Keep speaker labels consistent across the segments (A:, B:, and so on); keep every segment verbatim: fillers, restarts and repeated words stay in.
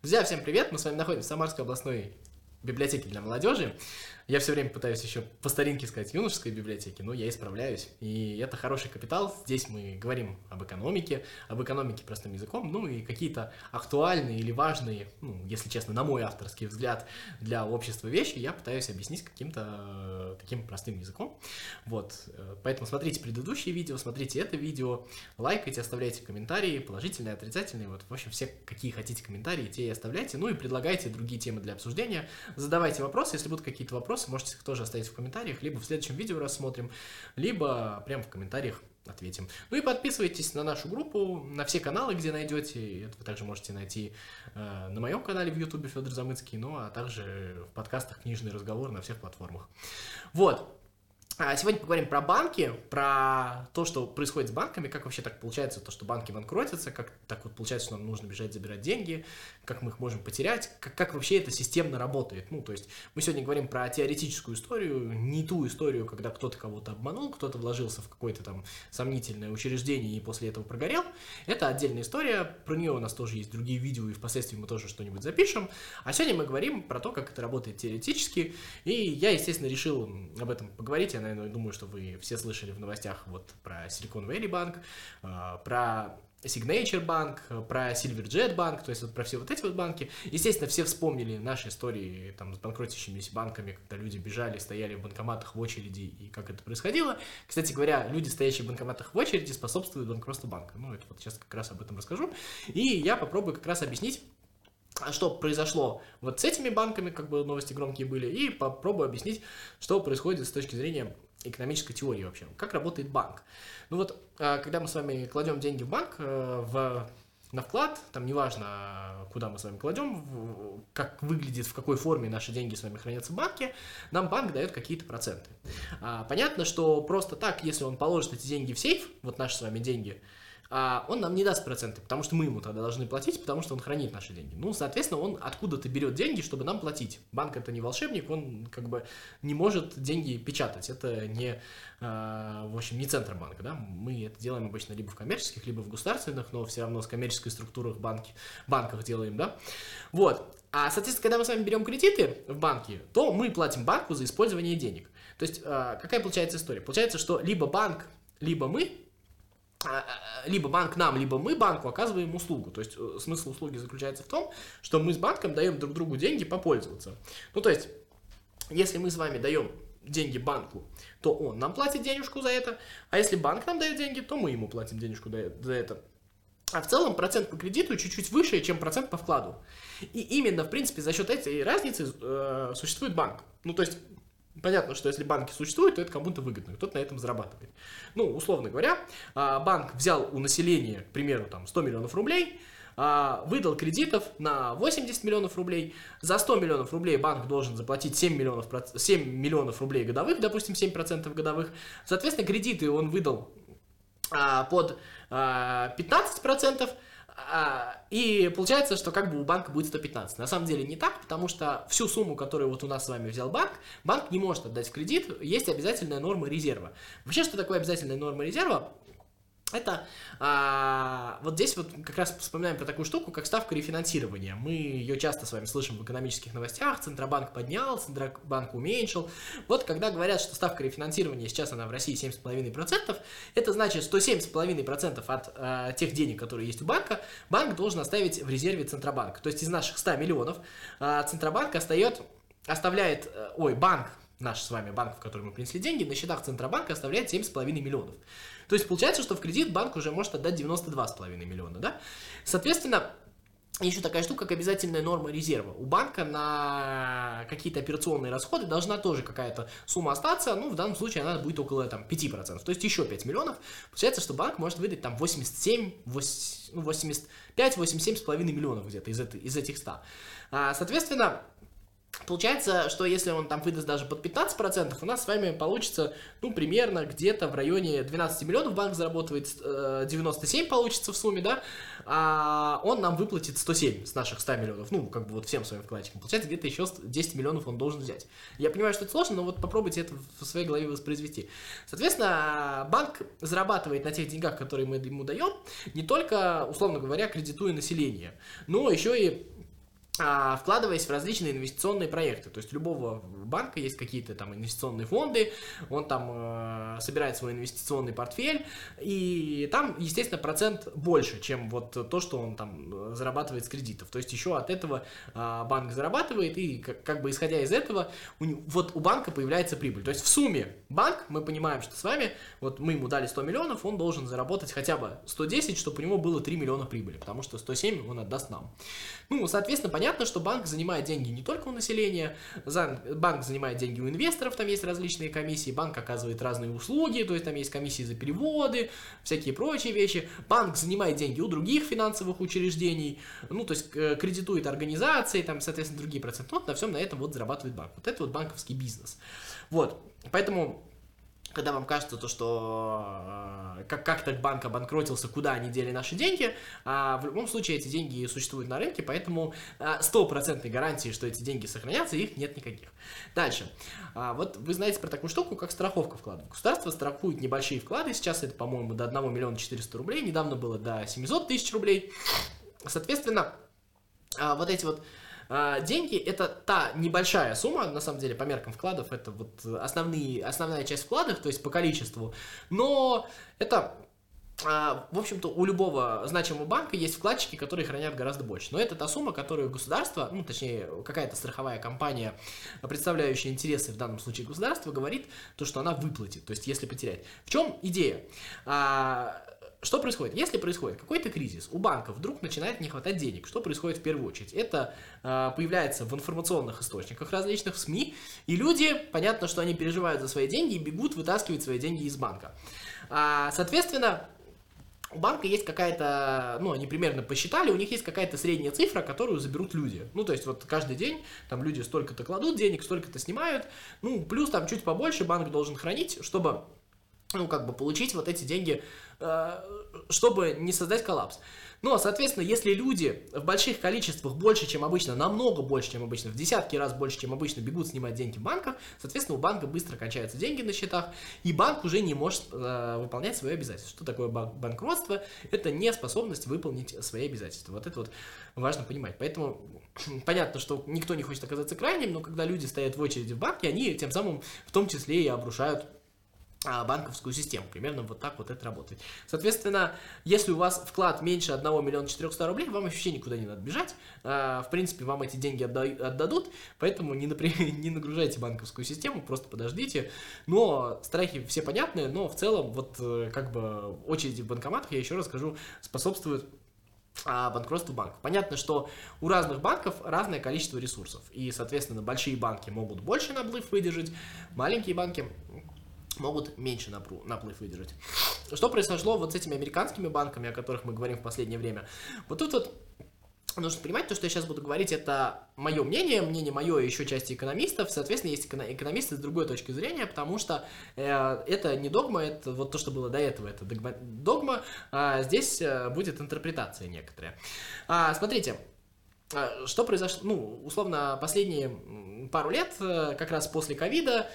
A: Друзья, всем привет! Мы с вами находимся в Самарской областной библиотеке для молодежи. Я все время пытаюсь еще по старинке сказать юношеской библиотеке, но я исправляюсь. И это хороший капитал. Здесь мы говорим об экономике, об экономике простым языком, ну и какие-то актуальные или важные, ну, если честно, на мой авторский взгляд, для общества вещи я пытаюсь объяснить каким-то таким простым языком. Вот, поэтому смотрите предыдущие видео, смотрите это видео, лайкайте, оставляйте комментарии, положительные, отрицательные, вот, в общем, все, какие хотите комментарии, те и оставляйте, ну и предлагайте другие темы для обсуждения, задавайте вопросы, если будут какие-то вопросы, можете их тоже оставить в комментариях, либо в следующем видео рассмотрим, либо прямо в комментариях ответим. Ну и подписывайтесь на нашу группу, на все каналы, где найдете. Это вы также можете найти э, на моем канале в ютубе Федор Замыцкий, ну а также в подкастах «Книжный разговор» на всех платформах. Вот. А сегодня поговорим про банки, про то, что происходит с банками, как вообще так получается, то, что банки банкротятся, как так вот получается, что нам нужно бежать забирать деньги, как мы их можем потерять, как, как вообще это системно работает. Ну, то есть мы сегодня говорим про теоретическую историю, не ту историю, когда кто-то кого-то обманул, кто-то вложился в какое-то там сомнительное учреждение и после этого прогорел. Это отдельная история, про нее у нас тоже есть другие видео, и впоследствии мы тоже что-нибудь запишем. А сегодня мы говорим про то, как это работает теоретически, и я, естественно, решил об этом поговорить. Я, наверное, думаю, что вы все слышали в новостях вот про Silicon Valley Bank, про Signature Bank, про Silverjet Bank, то есть вот про все вот эти вот банки. Естественно, все вспомнили наши истории там с банкротящимися банками, когда люди бежали, стояли в банкоматах в очереди и как это происходило. Кстати говоря, люди, стоящие в банкоматах в очереди, способствуют банкротству банка. Ну, это вот сейчас как раз об этом расскажу. И я попробую как раз объяснить, что произошло вот с этими банками, как бы новости громкие были, и попробую объяснить, что происходит с точки зрения экономической теории вообще, как работает банк. Ну вот, когда мы с вами кладем деньги в банк, в, на вклад, там неважно, куда мы с вами кладем, как выглядит, в какой форме наши деньги с вами хранятся в банке, нам банк дает какие-то проценты. Понятно, что просто так, если он положит эти деньги в сейф, вот наши с вами деньги, он нам не даст проценты, потому что мы ему тогда должны платить, потому что он хранит наши деньги. Ну, соответственно, он откуда-то берет деньги, чтобы нам платить. Банк — это не волшебник, он как бы не может деньги печатать. Это не, в общем, не Центробанк, да? Мы это делаем обычно либо в коммерческих, либо в государственных, но все равно с коммерческой структурой в банке, банках делаем, да? Вот. А, соответственно, когда мы с вами берем кредиты в банке, то мы платим банку за использование денег. То есть, какая получается история? Получается, что либо банк, либо мы, либо банк нам, либо мы банку оказываем услугу. То есть смысл услуги заключается в том, что мы с банком даем друг другу деньги попользоваться. Ну, то есть, если мы с вами даем деньги банку, то он нам платит денежку за это, а если банк нам дает деньги, то мы ему платим денежку за это. А в целом процент по кредиту чуть-чуть выше, чем процент по вкладу. И именно, в принципе, за счет этой разницы э, существует банк. Ну, то есть, понятно, что если банки существуют, то это кому-то выгодно, кто-то на этом зарабатывает. Ну, условно говоря, банк взял у населения, к примеру, там, сто миллионов рублей, выдал кредитов на восемьдесят миллионов рублей. За сто миллионов рублей банк должен заплатить семь миллионов, семь миллионов рублей годовых, допустим, семь процентов годовых. Соответственно, кредиты он выдал под пятнадцать процентов. И получается, что как бы у банка будет сто пятнадцать. На самом деле не так, потому что всю сумму, которую вот у нас с вами взял банк, банк не может отдать в кредит, есть обязательная норма резерва. Вообще, что такое обязательная норма резерва? Это а, вот здесь вот как раз вспоминаем про такую штуку, как ставка рефинансирования. Мы ее часто с вами слышим в экономических новостях. Центробанк поднял, Центробанк уменьшил. Вот когда говорят, что ставка рефинансирования сейчас она в России семь целых пять десятых процента, это значит, что семь целых пять десятых процента от а, тех денег, которые есть у банка, банк должен оставить в резерве Центробанка. То есть из наших ста миллионов а, Центробанк остает, оставляет, ой, банк, наш с вами банк, в который мы принесли деньги, на счетах Центробанка оставляет семь целых пять десятых миллионов. То есть получается, что в кредит банк уже может отдать девяносто два целых пять десятых миллиона, да? Соответственно, еще такая штука, как обязательная норма резерва. У банка на какие-то операционные расходы должна тоже какая-то сумма остаться, ну, в данном случае она будет около там, пять процентов, то есть еще пять миллионов. Получается, что банк может выдать там восемьдесят семь, восемьдесят пять, восемьдесят семь целых пять десятых миллионов где-то из, из этих ста. Соответственно, получается, что если он там выдаст даже под пятнадцать процентов, у нас с вами получится, ну, примерно где-то в районе двенадцать миллионов банк заработает, девяносто семь получится в сумме, да, а он нам выплатит сто семь с наших ста миллионов, ну, как бы вот всем своим вкладчикам. Получается, где-то еще десять миллионов он должен взять. Я понимаю, что это сложно, но вот попробуйте это в своей голове воспроизвести. Соответственно, банк зарабатывает на тех деньгах, которые мы ему даем, не только, условно говоря, кредитуя население, но еще и а, вкладываясь в различные инвестиционные проекты. То есть у любого банка есть какие-то там инвестиционные фонды, он там э, собирает свой инвестиционный портфель, и там, естественно, процент больше, чем вот то, что он там зарабатывает с кредитов. То есть еще от этого э, банк зарабатывает, и как, как бы исходя из этого, у, вот у банка появляется прибыль. То есть в сумме банк, мы понимаем, что с вами, вот мы ему дали сто миллионов, он должен заработать хотя бы сто десять, чтобы у него было три миллиона прибыли, потому что сто семь он отдаст нам. Ну, соответственно, понятно, Понятно, что банк занимает деньги не только у населения, банк занимает деньги у инвесторов, там есть различные комиссии, банк оказывает разные услуги, то есть там есть комиссии за переводы, всякие прочие вещи. Банк занимает деньги у других финансовых учреждений, ну, то есть кредитует организации, там, соответственно, другие проценты. Вот на всем на этом вот зарабатывает банк. Вот это вот банковский бизнес. Вот, поэтому... Когда вам кажется, то, что э, как- как-то банк обанкротился, куда они дели наши деньги, а в любом случае эти деньги существуют на рынке, поэтому стопроцентной гарантии, что эти деньги сохранятся, их нет никаких. Дальше. А, вот вы знаете про такую штуку, как страховка вкладов. Государство страхует небольшие вклады, сейчас это, по-моему, до одного миллиона четырёхсот рублей, недавно было до семисот тысяч рублей. Соответственно, а, вот эти вот деньги — это та небольшая сумма, на самом деле, по меркам вкладов, это вот основные, основная часть вкладов, то есть по количеству, но это, в общем-то, у любого значимого банка есть вкладчики, которые хранят гораздо больше, но это та сумма, которую государство, ну, точнее, какая-то страховая компания, представляющая интересы, в данном случае государства, говорит, то, что она выплатит, то есть если потерять. В чем идея? Что происходит? Если происходит какой-то кризис, у банка вдруг начинает не хватать денег, что происходит в первую очередь? Это э, появляется в информационных источниках различных, в СМИ, и люди, понятно, что они переживают за свои деньги и бегут вытаскивать свои деньги из банка. А, соответственно, у банка есть какая-то, ну, они примерно посчитали, у них есть какая-то средняя цифра, которую заберут люди. Ну, то есть вот каждый день там люди столько-то кладут денег, столько-то снимают, ну, плюс там чуть побольше банк должен хранить, чтобы... ну, как бы получить вот эти деньги, чтобы не создать коллапс. Но, соответственно, если люди в больших количествах больше, чем обычно, намного больше, чем обычно, в десятки раз больше, чем обычно, бегут снимать деньги в банках, соответственно, у банка быстро кончаются деньги на счетах, и банк уже не может э, выполнять свои обязательства. Что такое банкротство? Это неспособность выполнить свои обязательства. Вот это вот важно понимать. Поэтому понятно, что никто не хочет оказаться крайним, но когда люди стоят в очереди в банке, они тем самым в том числе и обрушают банковскую систему. Примерно вот так вот это работает. Соответственно, если у вас вклад меньше одного миллиона четырехсот рублей, вам вообще никуда не надо бежать. В принципе, вам эти деньги отдадут, поэтому не, напря- не нагружайте банковскую систему, просто подождите. Но страхи все понятны, но в целом вот как бы очереди в банкоматах, я еще раз скажу, способствуют банкротству банков. Понятно, что у разных банков разное количество ресурсов, и, соответственно, большие банки могут больше наплыв выдержать, маленькие банки могут меньше наплыв выдержать. Что произошло вот с этими американскими банками, о которых мы говорим в последнее время? Вот тут вот нужно понимать, то, что я сейчас буду говорить, это мое мнение, мнение мое и еще части экономистов. Соответственно, есть экономисты с другой точки зрения, потому что э, это не догма, это вот то, что было до этого, это догма, догма а здесь будет интерпретация некоторая. А, смотрите, что произошло, ну, условно, последние пару лет, как раз после ковида,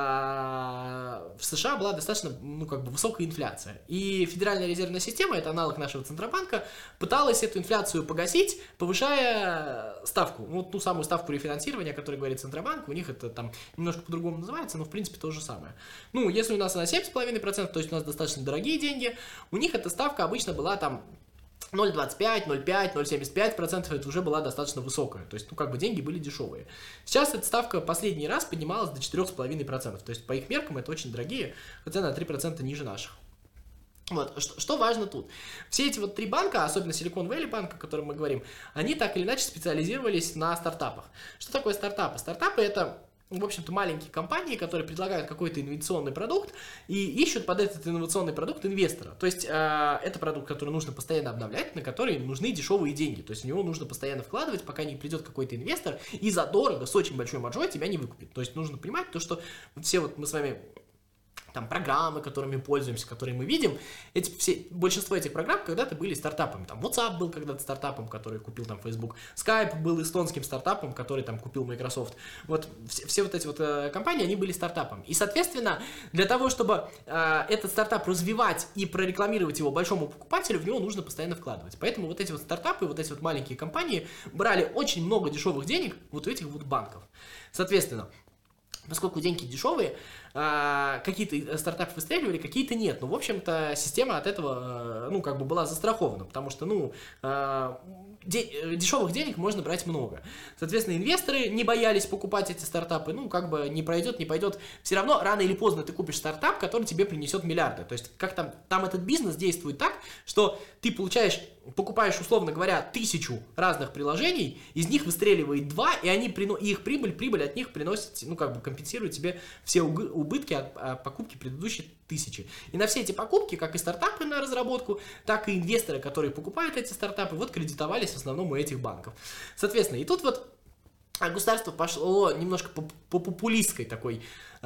A: в США была достаточно, ну, как бы высокая инфляция. И Федеральная резервная система, это аналог нашего Центробанка, пыталась эту инфляцию погасить, повышая ставку. Вот ту самую ставку рефинансирования, о которой говорит Центробанк, у них это там немножко по-другому называется, но в принципе то же самое. Ну, если у нас она семь целых пять десятых процента, то есть у нас достаточно дорогие деньги, у них эта ставка обычно была там ноль целых двадцать пять, ноль целых пять, ноль целых семьдесят пять процентов, это уже была достаточно высокая. То есть, ну, как бы деньги были дешевые. Сейчас эта ставка последний раз поднималась до четыре целых пять десятых процента. То есть, по их меркам это очень дорогие, хотя на три процента ниже наших. Вот, что, что важно тут? Все эти вот три банка, особенно Silicon Valley банк, о котором мы говорим, они так или иначе специализировались на стартапах. Что такое стартапы? Стартапы — это, в общем-то, маленькие компании, которые предлагают какой-то инновационный продукт и ищут под этот инновационный продукт инвестора. То есть, э, это продукт, который нужно постоянно обновлять, на который нужны дешевые деньги. То есть, в него нужно постоянно вкладывать, пока не придет какой-то инвестор и задорого, с очень большой маржой тебя не выкупит. То есть, нужно понимать то, что вот все вот мы с вами там программы, которыми пользуемся, которые мы видим, эти, все, большинство этих программ когда-то были стартапами. Там WhatsApp был когда-то стартапом, который купил там Facebook, Skype был эстонским стартапом, который там купил Microsoft. Вот все, все вот эти вот э, компании, они были стартапами. И, соответственно, для того, чтобы э, этот стартап развивать и прорекламировать его большому покупателю, в него нужно постоянно вкладывать. Поэтому вот эти вот стартапы, вот эти вот маленькие компании брали очень много дешевых денег вот у этих вот банков. Соответственно, поскольку деньги дешевые, какие-то стартапы выстреливали, какие-то нет. Ну, в общем-то, система от этого, ну, как бы была застрахована, потому что, ну, дешевых денег можно брать много. Соответственно, инвесторы не боялись покупать эти стартапы, ну, как бы не пройдет, не пойдет. Все равно, рано или поздно ты купишь стартап, который тебе принесет миллиарды. То есть, как там, там этот бизнес действует так, что ты получаешь, покупаешь, условно говоря, тысячу разных приложений, из них выстреливает два, и они прино... и их прибыль, прибыль от них приносит, ну, как бы компенсирует тебе все убытки от, от покупки предыдущей тысячи. И на все эти покупки, как и стартапы на разработку, так и инвесторы, которые покупают эти стартапы, вот кредитовались в основном у этих банков. Соответственно, и тут вот государство пошло немножко по, по популистской такой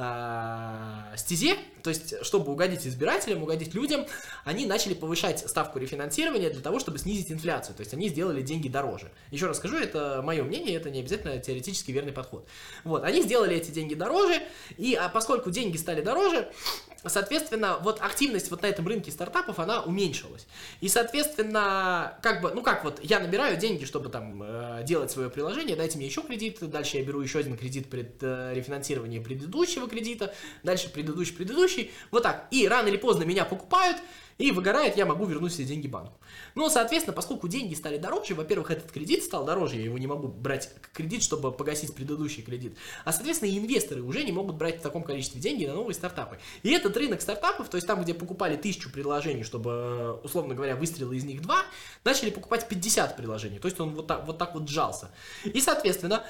A: э, стезе, то есть, чтобы угодить избирателям, угодить людям, они начали повышать ставку рефинансирования для того, чтобы снизить инфляцию, то есть они сделали деньги дороже. Еще раз скажу, это мое мнение, это не обязательно теоретически верный подход. Вот, они сделали эти деньги дороже, и а поскольку деньги стали дороже, соответственно, вот активность вот на этом рынке стартапов, она уменьшилась. И, соответственно, как бы, ну как вот, я набираю деньги, чтобы там э, делать свое приложение, дайте мне еще кредит, дальше я беру еще один кредит пред э, рефинансирование предыдущего кредита, дальше предыдущий, предыдущий, вот так. И рано или поздно меня покупают, и выгорает, я могу вернуть все деньги банку. Но, соответственно, поскольку деньги стали дороже, во-первых, этот кредит стал дороже, я его не могу брать как кредит, чтобы погасить предыдущий кредит, а, соответственно, и инвесторы уже не могут брать в таком количестве деньги на новые стартапы. И этот рынок стартапов, то есть там, где покупали тысячу приложений, чтобы, условно говоря, выстрелило из них два, начали покупать пятьдесят приложений, то есть он вот так вот, так вот сжался. И, соответственно,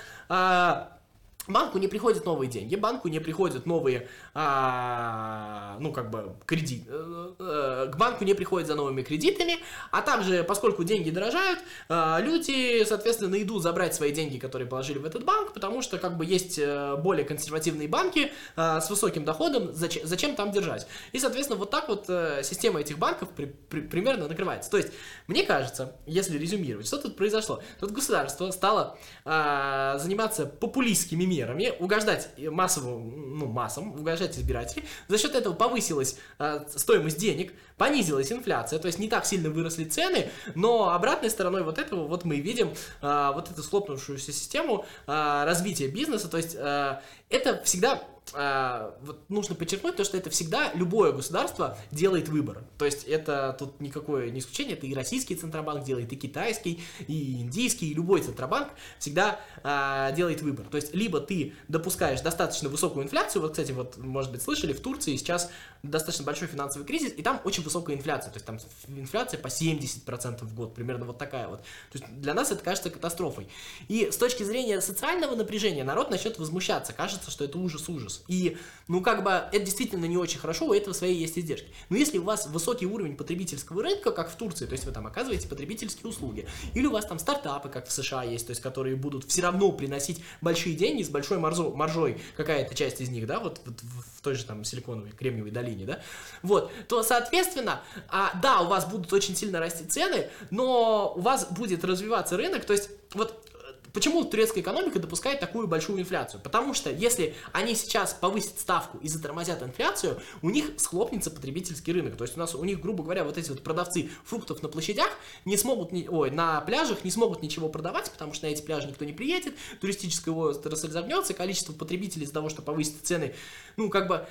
A: банку не приходят новые деньги, банку не приходят новые, а, ну, как бы, кредит, к банку не приходят за новыми кредитами, а также, поскольку деньги дорожают, люди, соответственно, идут забрать свои деньги, которые положили в этот банк, потому что, как бы, есть более консервативные банки с высоким доходом, зачем, зачем там держать? И, соответственно, вот так вот система этих банков при, при, примерно накрывается. То есть, мне кажется, если резюмировать, что тут произошло? Тут государство стало а, заниматься популистскими мерами, угождать массовым, ну, массам, угождать избирателей. За счет этого повысилась э, стоимость денег, понизилась инфляция, то есть не так сильно выросли цены, но обратной стороной вот этого вот мы видим э, вот эту схлопнувшуюся систему э, развития бизнеса, то есть э, это всегда... Uh, вот нужно подчеркнуть то, что это всегда любое государство делает выбор. То есть это тут никакое не исключение, это и российский Центробанк делает, и китайский, и индийский, и любой Центробанк всегда uh, делает выбор. То есть либо ты допускаешь достаточно высокую инфляцию, вот, кстати, вот, может быть, слышали, в Турции сейчас достаточно большой финансовый кризис, и там очень высокая инфляция, то есть там инфляция по семьдесят процентов в год, примерно вот такая вот. То есть для нас это кажется катастрофой. И с точки зрения социального напряжения народ начнет возмущаться, кажется, что это ужас-ужас. И, ну, как бы, это действительно не очень хорошо, у этого свои есть издержки. Но если у вас высокий уровень потребительского рынка, как в Турции, то есть вы там оказываете потребительские услуги, или у вас там стартапы, как в США есть, то есть которые будут все равно приносить большие деньги с большой маржой, маржой какая-то часть из них, да, вот, вот в той же там силиконовой, кремниевой долине, да, вот, то, соответственно, а, да, у вас будут очень сильно расти цены, но у вас будет развиваться рынок, то есть, вот, почему турецкая экономика допускает такую большую инфляцию? Потому что если они сейчас повысят ставку и затормозят инфляцию, у них схлопнется потребительский рынок. То есть у нас у них, грубо говоря, вот эти вот продавцы фруктов на площадях не смогут, ой, на пляжах не смогут ничего продавать, потому что на эти пляжи никто не приедет, туристическая отрасль загнется, количество потребителей из-за того, что повысят цены, ну, как бы,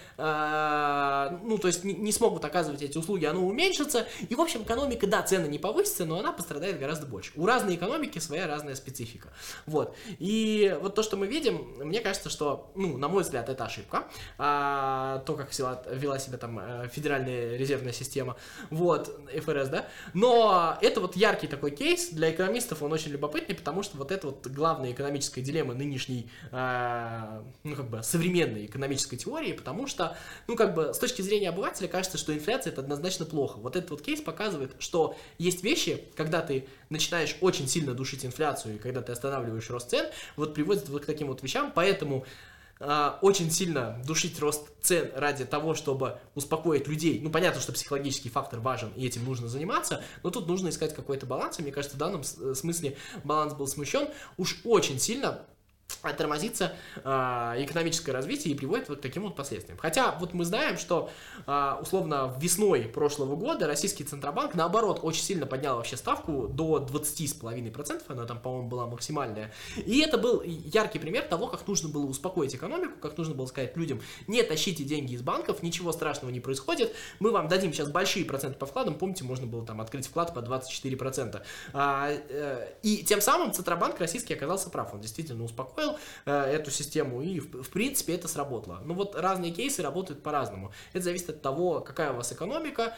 A: э, ну, то есть не, не смогут оказывать эти услуги, оно уменьшится. И, в общем, экономика, да, цены не повысятся, но она пострадает гораздо больше. У разной экономики своя разная специфика. Вот. И вот то, что мы видим, мне кажется, что, ну, на мой взгляд, это ошибка. А, то, как вела, вела себя там Федеральная резервная система, вот, эф эр эс, да. Но это вот яркий такой кейс. Для экономистов он очень любопытный, потому что вот это вот главная экономическая дилемма нынешней, а, ну, как бы, современной экономической теории, потому что, ну, как бы, с точки зрения обывателя кажется, что инфляция — это однозначно плохо. Вот этот вот кейс показывает, что есть вещи, когда ты начинаешь очень сильно душить инфляцию, и когда ты останавливаешь рост цен, вот приводит вот к таким вот вещам, поэтому а, очень сильно душить рост цен ради того, чтобы успокоить людей. Ну, понятно, что психологический фактор важен, и этим нужно заниматься, но тут нужно искать какой-то баланс, и мне кажется, в данном смысле баланс был смущен. Уж очень сильно тормозится э, экономическое развитие и приводит вот к таким вот последствиям. Хотя вот мы знаем, что э, условно весной прошлого года российский Центробанк наоборот очень сильно поднял вообще ставку до двадцати с половиной процентов, она там, по-моему, была максимальная. И это был яркий пример того, как нужно было успокоить экономику, как нужно было сказать людям: не тащите деньги из банков, ничего страшного не происходит, мы вам дадим сейчас большие проценты по вкладам. Помните, можно было там открыть вклад по двадцать четыре процента. А, э, и тем самым Центробанк российский оказался прав, он действительно успокоил эту систему, и в, в принципе это сработало. Но вот разные кейсы работают по-разному. Это зависит от того, какая у вас экономика,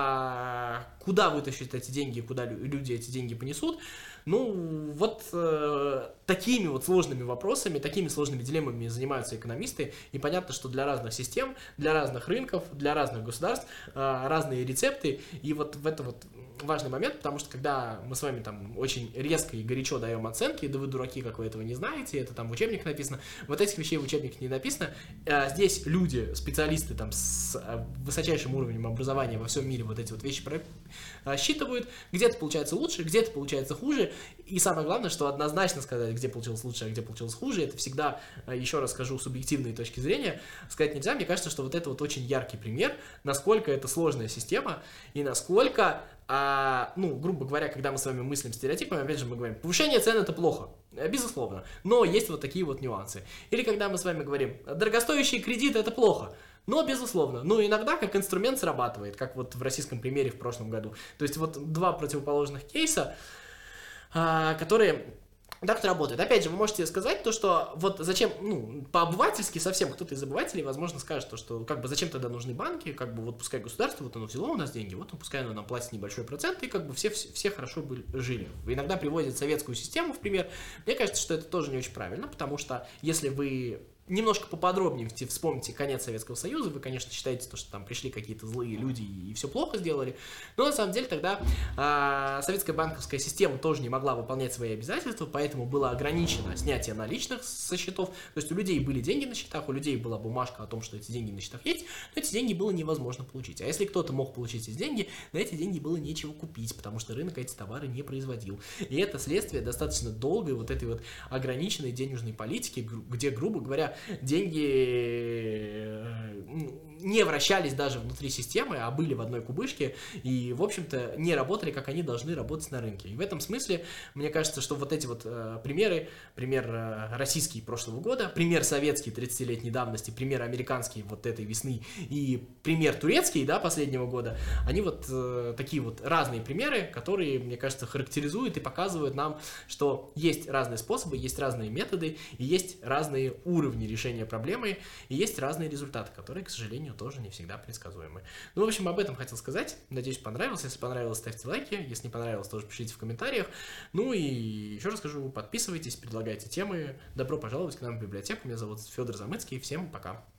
A: а, куда вытащить эти деньги, куда люди эти деньги понесут. Ну, вот э, такими вот сложными вопросами, такими сложными дилеммами занимаются экономисты, и понятно, что для разных систем, для разных рынков, для разных государств э, разные рецепты, и вот в это вот важный момент, потому что когда мы с вами там очень резко и горячо даем оценки, да вы дураки, как вы этого не знаете, это там в учебниках написано, вот этих вещей в учебниках не написано. А здесь люди, специалисты там с высочайшим уровнем образования во всем мире вот эти вот вещи рассчитывают, где-то получается лучше, где-то получается хуже, и самое главное, что однозначно сказать, где получилось лучше, а где получилось хуже, это всегда, еще раз скажу, субъективные точки зрения, сказать нельзя. Мне кажется, что вот это вот очень яркий пример, насколько это сложная система, и насколько А, ну, грубо говоря, когда мы с вами мыслим стереотипами, опять же мы говорим, повышение цен это плохо, безусловно, но есть вот такие вот нюансы. Или когда мы с вами говорим, дорогостоящие кредиты это плохо, но безусловно, но иногда как инструмент срабатывает, как вот в российском примере в прошлом году. То есть вот два противоположных кейса, а, которые так это работает. Опять же, вы можете сказать то, что вот зачем, ну, по-обывательски совсем кто-то из обывателей, возможно, скажет то, что как бы зачем тогда нужны банки, как бы вот пускай государство, вот оно взяло у нас деньги, вот пускай оно нам платит небольшой процент, и как бы все, все, все хорошо были, жили. Иногда приводят советскую систему в пример. Мне кажется, что это тоже не очень правильно, потому что если вы немножко поподробнее вспомните конец Советского Союза, вы, конечно, считаете, то, что там пришли какие-то злые люди и все плохо сделали, но на самом деле тогда э, советская банковская система тоже не могла выполнять свои обязательства, поэтому было ограничено снятие наличных со счетов, то есть у людей были деньги на счетах, у людей была бумажка о том, что эти деньги на счетах есть, но эти деньги было невозможно получить. А если кто-то мог получить эти деньги, на эти деньги было нечего купить, потому что рынок эти товары не производил. И это следствие достаточно долгой вот этой вот ограниченной денежной политики, где, грубо говоря, деньги не вращались даже внутри системы, а были в одной кубышке и, в общем-то, не работали, как они должны работать на рынке. И в этом смысле, мне кажется, что вот эти вот э, примеры, пример э, российский прошлого года, пример советский тридцатилетней давности, пример американский вот этой весны и пример турецкий, да, последнего года, они вот э, такие вот разные примеры, которые, мне кажется, характеризуют и показывают нам, что есть разные способы, есть разные методы и есть разные уровни решения проблемы, и есть разные результаты, которые, к сожалению, тоже не всегда предсказуемы. Ну, в общем, об этом хотел сказать. Надеюсь, понравилось. Если понравилось, ставьте лайки. Если не понравилось, тоже пишите в комментариях. Ну и еще раз скажу, подписывайтесь, предлагайте темы. Добро пожаловать к нам в библиотеку. Меня зовут Федор Замыцкий. Всем пока.